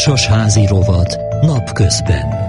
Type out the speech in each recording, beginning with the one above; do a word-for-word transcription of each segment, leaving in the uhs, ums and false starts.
Társasházi rovat napközben.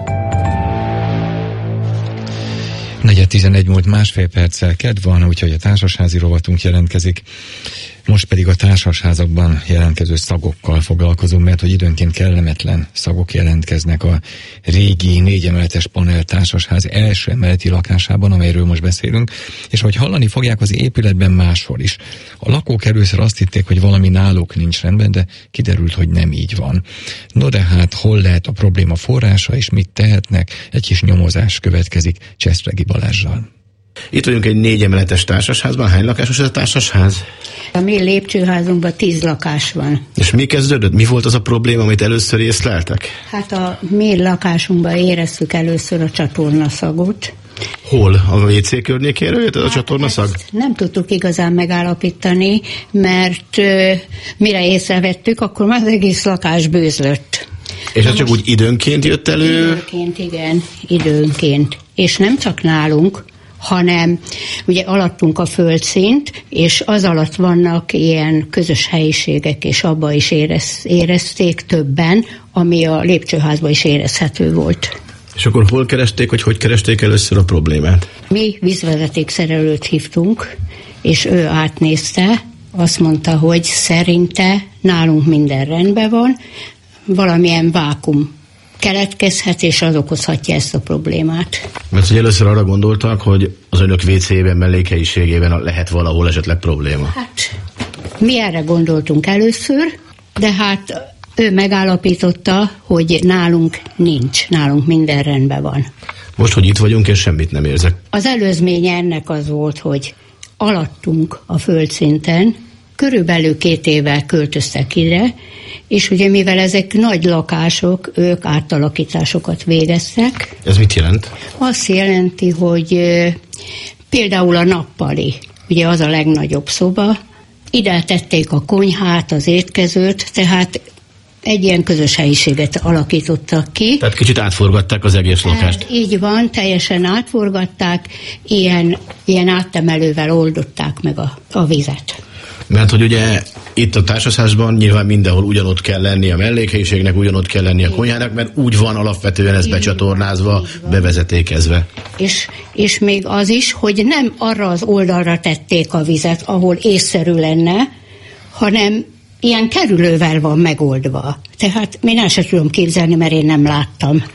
negyven tizenegy múlt másfél perccel kedv van, úgyhogy a társasházi rovatunk jelentkezik. Most pedig a társasházakban jelentkező szagokkal foglalkozunk, mert hogy időnként kellemetlen szagok jelentkeznek a régi négyemeletes panel társasház első emeleti lakásában, amelyről most beszélünk, és ahogy hallani fogják, az épületben máshol is. A lakók először azt hitték, hogy valami náluk nincs rendben, de kiderült, hogy nem így van. No de hát hol lehet a probléma forrása, és mit tehetnek? Egy kis nyomozás következik Cseszregi Balázssal. Itt vagyunk egy négy emeletes társasházban. Hány lakásos ez a társasház? A mi lépcsőházunkban tíz lakás van. És mi kezdődött? Mi volt az a probléma, amit először észleltek? Hát a mi lakásunkban éreztük először a csatornaszagot. Hol? A vé cé környékéről jött ez a hát csatornaszag? Nem tudtuk igazán megállapítani, mert uh, mire észrevettük, akkor már az egész lakás bőzlött. És ez csak úgy időnként jött elő? Időnként, igen, időnként. És nem csak nálunk, hanem ugye alattunk a földszint, és az alatt vannak ilyen közös helyiségek, és abba is érez, érezték többen, ami a lépcsőházban is érezhető volt. És akkor hol keresték, hogy hogy keresték először a problémát? Mi vízvezetékszerelőt hívtunk, és ő átnézte, azt mondta, hogy szerinte nálunk minden rendben van, valamilyen vákum keletkezhet, és az okozhatja ezt a problémát. Mert hogy először arra gondoltak, hogy az önök vé cé-ben, mellékhelyiségében lehet valahol esetleg probléma. Hát mi erre gondoltunk először, de hát ő megállapította, hogy nálunk nincs, nálunk minden rendben van. Most, hogy itt vagyunk, és semmit nem érzek. Az előzménye ennek az volt, hogy alattunk a földszinten, körülbelül két évvel költöztek ide, és ugye mivel ezek nagy lakások, ők átalakításokat végeztek. Ez mit jelent? Azt jelenti, hogy e, például a nappali, ugye az a legnagyobb szoba, ide tették a konyhát, az étkezőt, tehát egy ilyen közös helyiséget alakítottak ki. Tehát kicsit átforgatták az egész lakást. Hát, így van, teljesen átforgatták, ilyen, ilyen áttemelővel oldották meg a, a vizet. Mert hogy ugye itt a társasházban nyilván mindenhol ugyanott kell lenni a mellékhelyiségnek, ugyanott kell lenni a konyhának, mert úgy van alapvetően ez becsatornázva, bevezetékezve. És, és még az is, hogy nem arra az oldalra tették a vizet, ahol észszerű lenne, hanem ilyen kerülővel van megoldva. Tehát én el sem tudom képzelni, mert én nem láttam.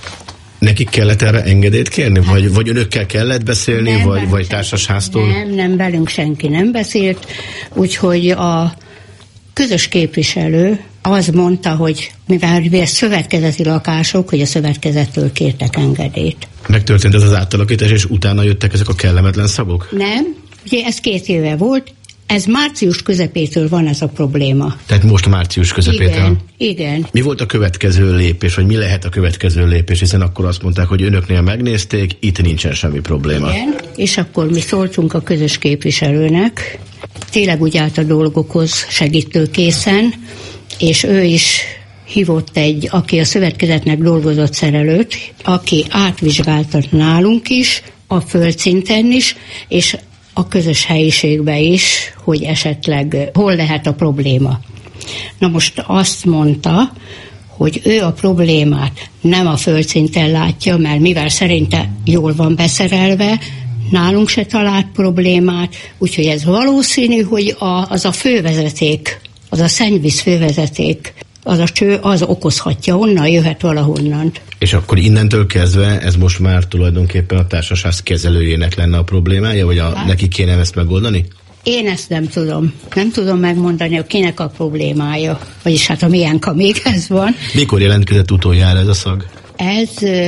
Nekik kellett erre engedélyt kérni? Vagy, vagy önökkel kellett beszélni, nem, vagy, vagy társasháztól? Nem, nem, velünk senki nem beszélt, úgyhogy a közös képviselő az mondta, hogy mivel szövetkezeti lakások, hogy a szövetkezettől kértek engedélyt. Megtörtént ez az átalakítás, és utána jöttek ezek a kellemetlen szagok? Nem, ugye ez két éve volt, ez március közepétől van ez a probléma. Tehát most március közepétől? Igen, igen. Mi volt a következő lépés, vagy mi lehet a következő lépés, hiszen akkor azt mondták, hogy önöknél megnézték, itt nincsen semmi probléma. Igen, és akkor mi szóltunk a közös képviselőnek, tényleg úgy állt a dolgokhoz segítőkészen, és ő is hívott egy, aki a szövetkezetnek dolgozott szerelőt, aki átvizsgáltat nálunk is, a földszinten is, és a közös helyiségbe is, hogy esetleg hol lehet a probléma. Na most azt mondta, hogy ő a problémát nem a földszinten látja, mert mivel szerinte jól van beszerelve, nálunk se talált problémát, úgyhogy ez valószínű, hogy a, az a fővezeték, az a szennyvíz fővezeték, az a cső, az okozhatja, onnan jöhet valahonnan. És akkor innentől kezdve ez most már tulajdonképpen a társasház kezelőjének lenne a problémája, vagy a, hát, neki kéne ezt megoldani? Én ezt nem tudom. Nem tudom megmondani, hogy kinek a problémája. Vagyis hát a miénk, amíg ez van. Mikor jelentkezett utoljára ez a szag? Ez ö,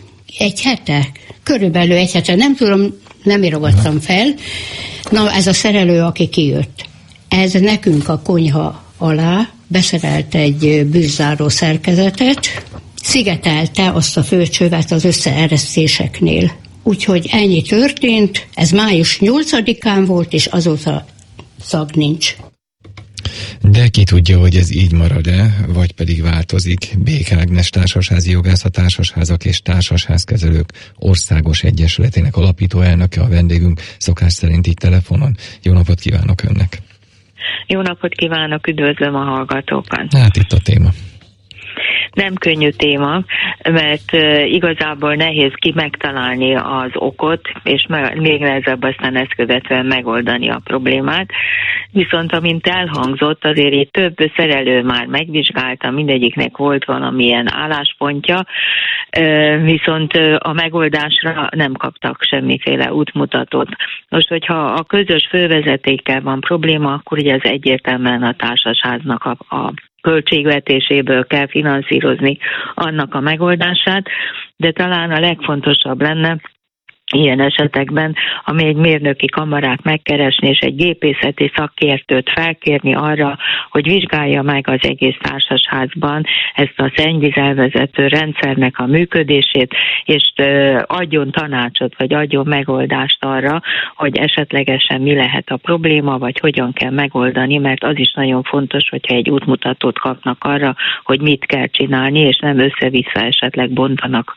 egy hete. Körülbelül egy hete. Nem tudom, nem írogattam fel. Na, ez a szerelő, aki kijött. Ez nekünk a konyha alá beszerelt egy bűzzáró szerkezetet, szigetelte azt a földcsövet az összeeresztéseknél. Úgyhogy ennyi történt, ez május nyolcadikán volt, és azóta szag nincs. De ki tudja, hogy ez így marad-e, vagy pedig változik. Béke Ágnes társasházi jogász, a Társasházak és Társasházkezelők Országos Egyesületének alapító elnöke a vendégünk, szokás szerint így telefonon. Jó napot kívánok önnek! Jó napot kívánok, üdvözlöm a hallgatókat! Hát itt a téma. Nem könnyű téma, mert igazából nehéz ki megtalálni az okot, és még nehezebb aztán ezt követően megoldani a problémát. Viszont amint elhangzott, azért itt több szerelő már megvizsgálta, mindegyiknek volt valamilyen álláspontja, viszont a megoldásra nem kaptak semmiféle útmutatót. Most, hogyha a közös fővezetékkel van probléma, akkor ugye az egyértelműen a társasháznak a, a költségvetéséből kell finanszírozni annak a megoldását, de talán a legfontosabb lenne ilyen esetekben, ami egy mérnöki kamarát megkeresni, és egy gépészeti szakértőt felkérni arra, hogy vizsgálja meg az egész társasházban ezt a szennyvízelvezető rendszernek a működését, és adjon tanácsot, vagy adjon megoldást arra, hogy esetlegesen mi lehet a probléma, vagy hogyan kell megoldani, mert az is nagyon fontos, hogyha egy útmutatót kapnak arra, hogy mit kell csinálni, és nem össze-vissza esetleg bontanak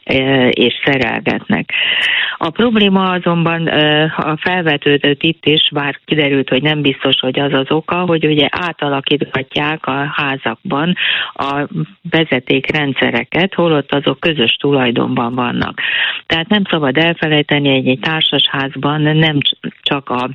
és szerelgetnek. A probléma azonban a felvetődött itt is, bár kiderült, hogy nem biztos, hogy az az oka, hogy ugye átalakítgatják a házakban a vezetékrendszereket, holott azok közös tulajdonban vannak. Tehát nem szabad elfelejteni, hogy egy társasházban nem csak a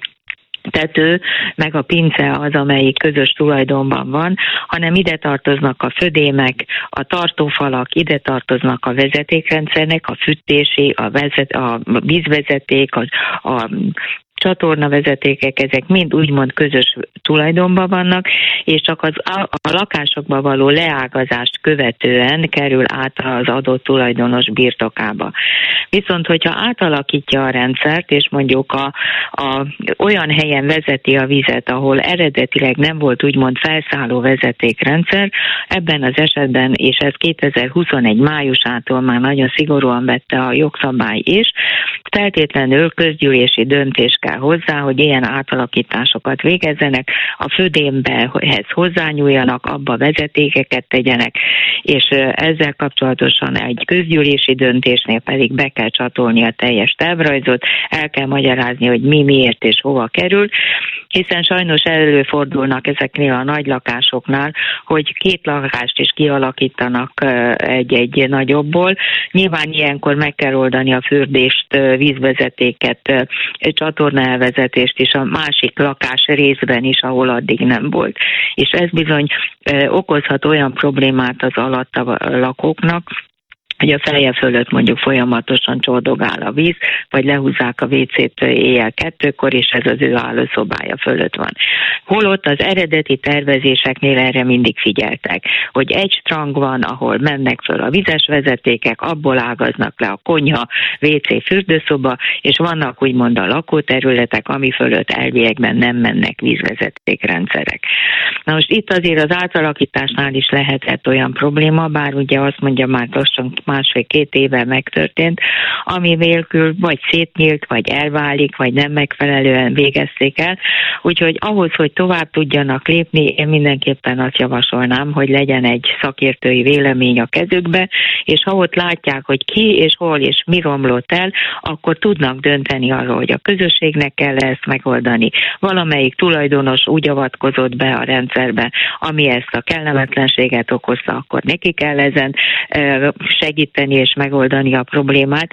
tető, meg a pince az, amelyik közös tulajdonban van, hanem ide tartoznak a födémek, a tartófalak, ide tartoznak a vezetékrendszernek, a fűtési, a, vezet, a vízvezeték, a, a csatornavezetékek, ezek mind úgymond közös tulajdonban vannak, és csak az, a, a lakásokba való leágazást követően kerül át az adott tulajdonos birtokába. Viszont, hogyha átalakítja a rendszert, és mondjuk a, a, olyan helyen vezeti a vizet, ahol eredetileg nem volt úgymond felszálló vezetékrendszer, ebben az esetben, és ez kétezer-huszonegy májusától már nagyon szigorúan vette a jogszabály is, feltétlenül közgyűlési döntés kell hozzá, hogy ilyen átalakításokat végezzenek, a födémbehez hozzányúljanak, abba vezetékeket tegyenek, és ezzel kapcsolatosan egy közgyűlési döntésnél pedig be kell csatolni a teljes tervrajzot, el kell magyarázni, hogy mi, miért és hova kerül, hiszen sajnos előfordulnak ezeknél a nagy lakásoknál, hogy két lakást is kialakítanak egy-egy nagyobbból. Nyilván ilyenkor meg kell oldani a fürdést, vízvezetéket, csatornaelvezetést is a másik lakás részben is, ahol addig nem volt. És ez bizony okozhat olyan problémát az alatta lakóknak, hogy a feje fölött mondjuk folyamatosan csordogál a víz, vagy lehúzzák a vécét éjjel kettőkor, és ez az ő állószobája fölött van. Holott az eredeti tervezéseknél erre mindig figyeltek, hogy egy strang van, ahol mennek föl a vizes vezetékek, abból ágaznak le a konyha, vécé, fürdőszoba, és vannak úgymond a lakóterületek, ami fölött elviekben nem mennek vízvezetékrendszerek. Na most itt azért az átalakításnál is lehetett olyan probléma, bár ugye azt mondja már lassan másfél-két éve megtörtént, ami nélkül vagy szétnyílt, vagy elválik, vagy nem megfelelően végezték el. Úgyhogy ahhoz, hogy tovább tudjanak lépni, én mindenképpen azt javasolnám, hogy legyen egy szakértői vélemény a kezükbe, és ha ott látják, hogy ki és hol és mi romlott el, akkor tudnak dönteni arról, hogy a közösségnek kell ezt megoldani. Valamelyik tulajdonos úgy avatkozott be a rendszerbe, ami ezt a kellemetlenséget okozta, akkor neki kell ezen segíteni és megoldani a problémát.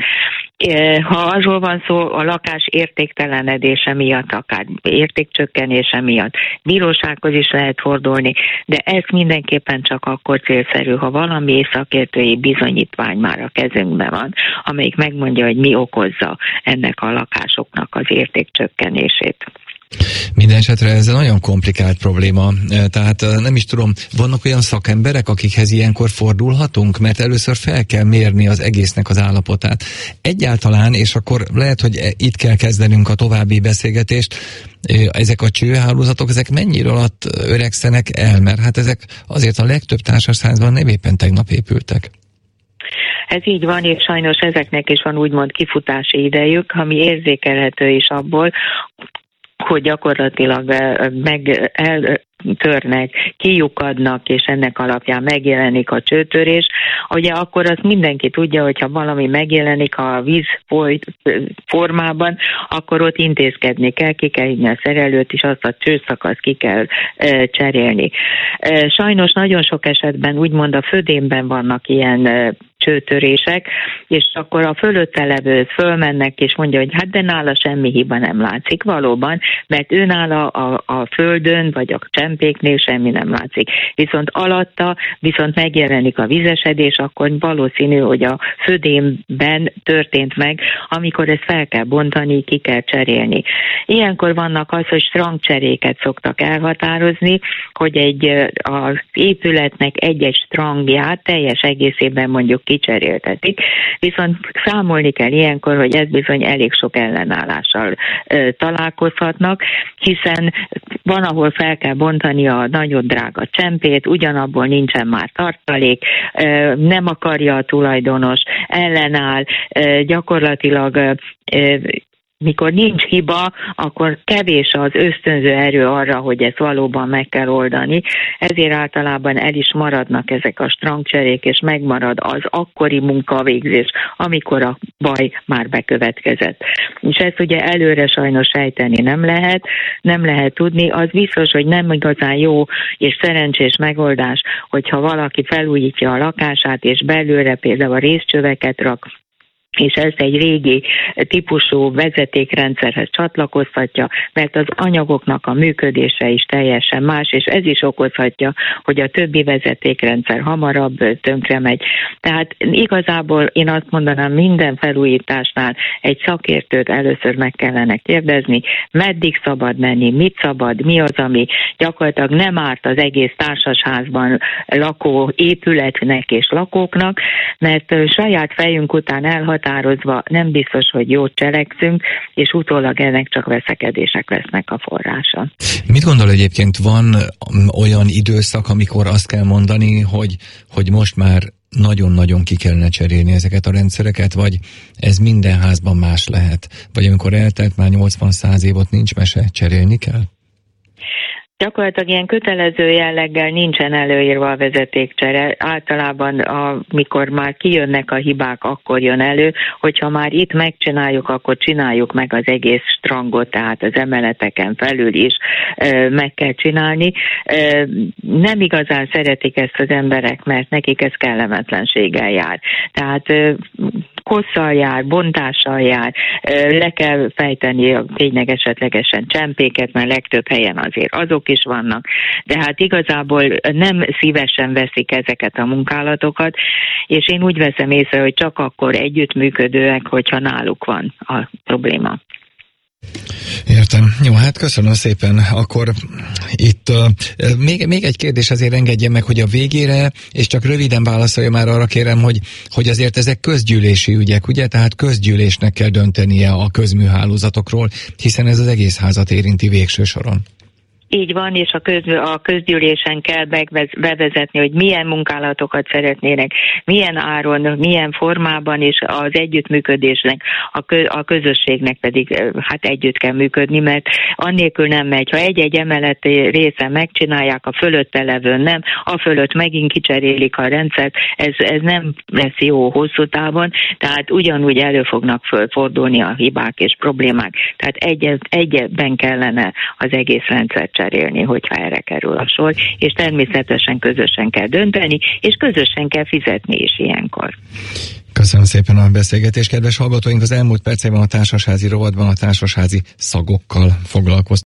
Ha arról van szó, a lakás értéktelenedése miatt, akár értékcsökkenése miatt bírósághoz is lehet fordulni, de ez mindenképpen csak akkor célszerű, ha valami szakértői bizonyítvány már a kezünkben van, amelyik megmondja, hogy mi okozza ennek a lakásoknak az értékcsökkenését. Minden esetre ez egy nagyon komplikált probléma, tehát nem is tudom, vannak olyan szakemberek, akikhez ilyenkor fordulhatunk, mert először fel kell mérni az egésznek az állapotát. Egyáltalán, és akkor lehet, hogy itt kell kezdenünk a további beszélgetést, ezek a csőhálózatok, ezek mennyire alatt öregszenek el, mert hát ezek azért a legtöbb társasházban nem éppen tegnap épültek. Ez így van, és sajnos ezeknek is van úgymond kifutási idejük, ami érzékelhető is abból, hogy gyakorlatilag meg el, törnek, kilyukadnak, és ennek alapján megjelenik a csőtörés, ugye akkor azt mindenki tudja, hogyha valami megjelenik a víz formában, akkor ott intézkedni kell, ki kell hívni a szerelőt, és azt a csőszakaszt ki kell e, cserélni. E, sajnos nagyon sok esetben úgymond a födémben vannak ilyen e, csőtörések, és akkor a fölötte levő fölmennek, és mondja, hogy hát de nála semmi hiba nem látszik. Valóban, mert ő nála a, a földön, vagy a csempéknél semmi nem látszik. Viszont alatta, viszont megjelenik a vizesedés, akkor valószínű, hogy a födémben történt meg, amikor ezt fel kell bontani, ki kell cserélni. Ilyenkor vannak az, hogy strangcseréket szoktak elhatározni, hogy egy az épületnek egy-egy strangját teljes egészében mondjuk kicseréltetik, viszont számolni kell ilyenkor, hogy ez bizony elég sok ellenállással e, találkozhatnak, hiszen van, ahol fel kell bontani a nagyon drága csempét, ugyanabból nincsen már tartalék, e, nem akarja a tulajdonos, ellenáll, e, gyakorlatilag e, mikor nincs hiba, akkor kevés az ösztönző erő arra, hogy ezt valóban meg kell oldani. Ezért általában el is maradnak ezek a strangcserék, és megmarad az akkori munkavégzés, amikor a baj már bekövetkezett. És ezt ugye előre sajnos sejteni nem lehet, nem lehet tudni. Az biztos, hogy nem igazán jó és szerencsés megoldás, hogyha valaki felújítja a lakását, és belőle például a részcsöveket rak, és ezt egy régi típusú vezetékrendszerhez csatlakoztatja, mert az anyagoknak a működése is teljesen más, és ez is okozhatja, hogy a többi vezetékrendszer hamarabb tönkre megy. Tehát igazából én azt mondanám, minden felújításnál egy szakértőt először meg kellene kérdezni, meddig szabad menni, mit szabad, mi az, ami gyakorlatilag nem árt az egész társasházban lakó épületnek és lakóknak, mert saját fejünk után elhatározva nem biztos, hogy jót cselekszünk, és utólag ennek csak veszekedések lesznek a forrása. Mit gondol egyébként, van olyan időszak, amikor azt kell mondani, hogy, hogy most már nagyon-nagyon ki kellene cserélni ezeket a rendszereket, vagy ez minden házban más lehet? Vagy amikor eltelt már nyolcvan-száz évot nincs mese, cserélni kell? Gyakorlatilag ilyen kötelező jelleggel nincsen előírva a vezetékcsere. Általában, amikor már kijönnek a hibák, akkor jön elő, hogyha már itt megcsináljuk, akkor csináljuk meg az egész strangot, tehát az emeleteken felül is e, meg kell csinálni. E, nem igazán szeretik ezt az emberek, mert nekik ez kellemetlenséggel jár. Tehát e, kosszal jár, bontással jár, le kell fejteni a tényleg esetlegesen csempéket, mert legtöbb helyen azért azok is vannak, de hát igazából nem szívesen veszik ezeket a munkálatokat, és én úgy veszem észre, hogy csak akkor együttműködőek, hogyha náluk van a probléma. Értem. Jó, hát köszönöm szépen. Akkor itt uh, még, még egy kérdés azért engedje meg, hogy a végére, és csak röviden válaszolja már arra kérem, hogy, hogy azért ezek közgyűlési ügyek, ugye? Tehát közgyűlésnek kell döntenie a közműhálózatokról, hiszen ez az egész házat érinti végső soron. Így van, és a, köz, a közgyűlésen kell bevezetni, hogy milyen munkálatokat szeretnének, milyen áron, milyen formában, és az együttműködésnek, a, kö, a közösségnek pedig hát együtt kell működni, mert annélkül nem megy. Ha egy-egy emeleti részen megcsinálják, a fölötte levőn nem, a fölött megint kicserélik a rendszert, ez, ez nem lesz jó hosszú távon, tehát ugyanúgy elő fognak fordulni a hibák és problémák. Tehát egy, egyben kellene az egész rendszert cserélni, hogyha erre kerül a sor, és természetesen közösen kell dönteni, és közösen kell fizetni is ilyenkor. Köszönöm szépen a beszélgetést, kedves hallgatóink! Az elmúlt percekben a társasházi rovatban a társasházi szagokkal foglalkoztunk.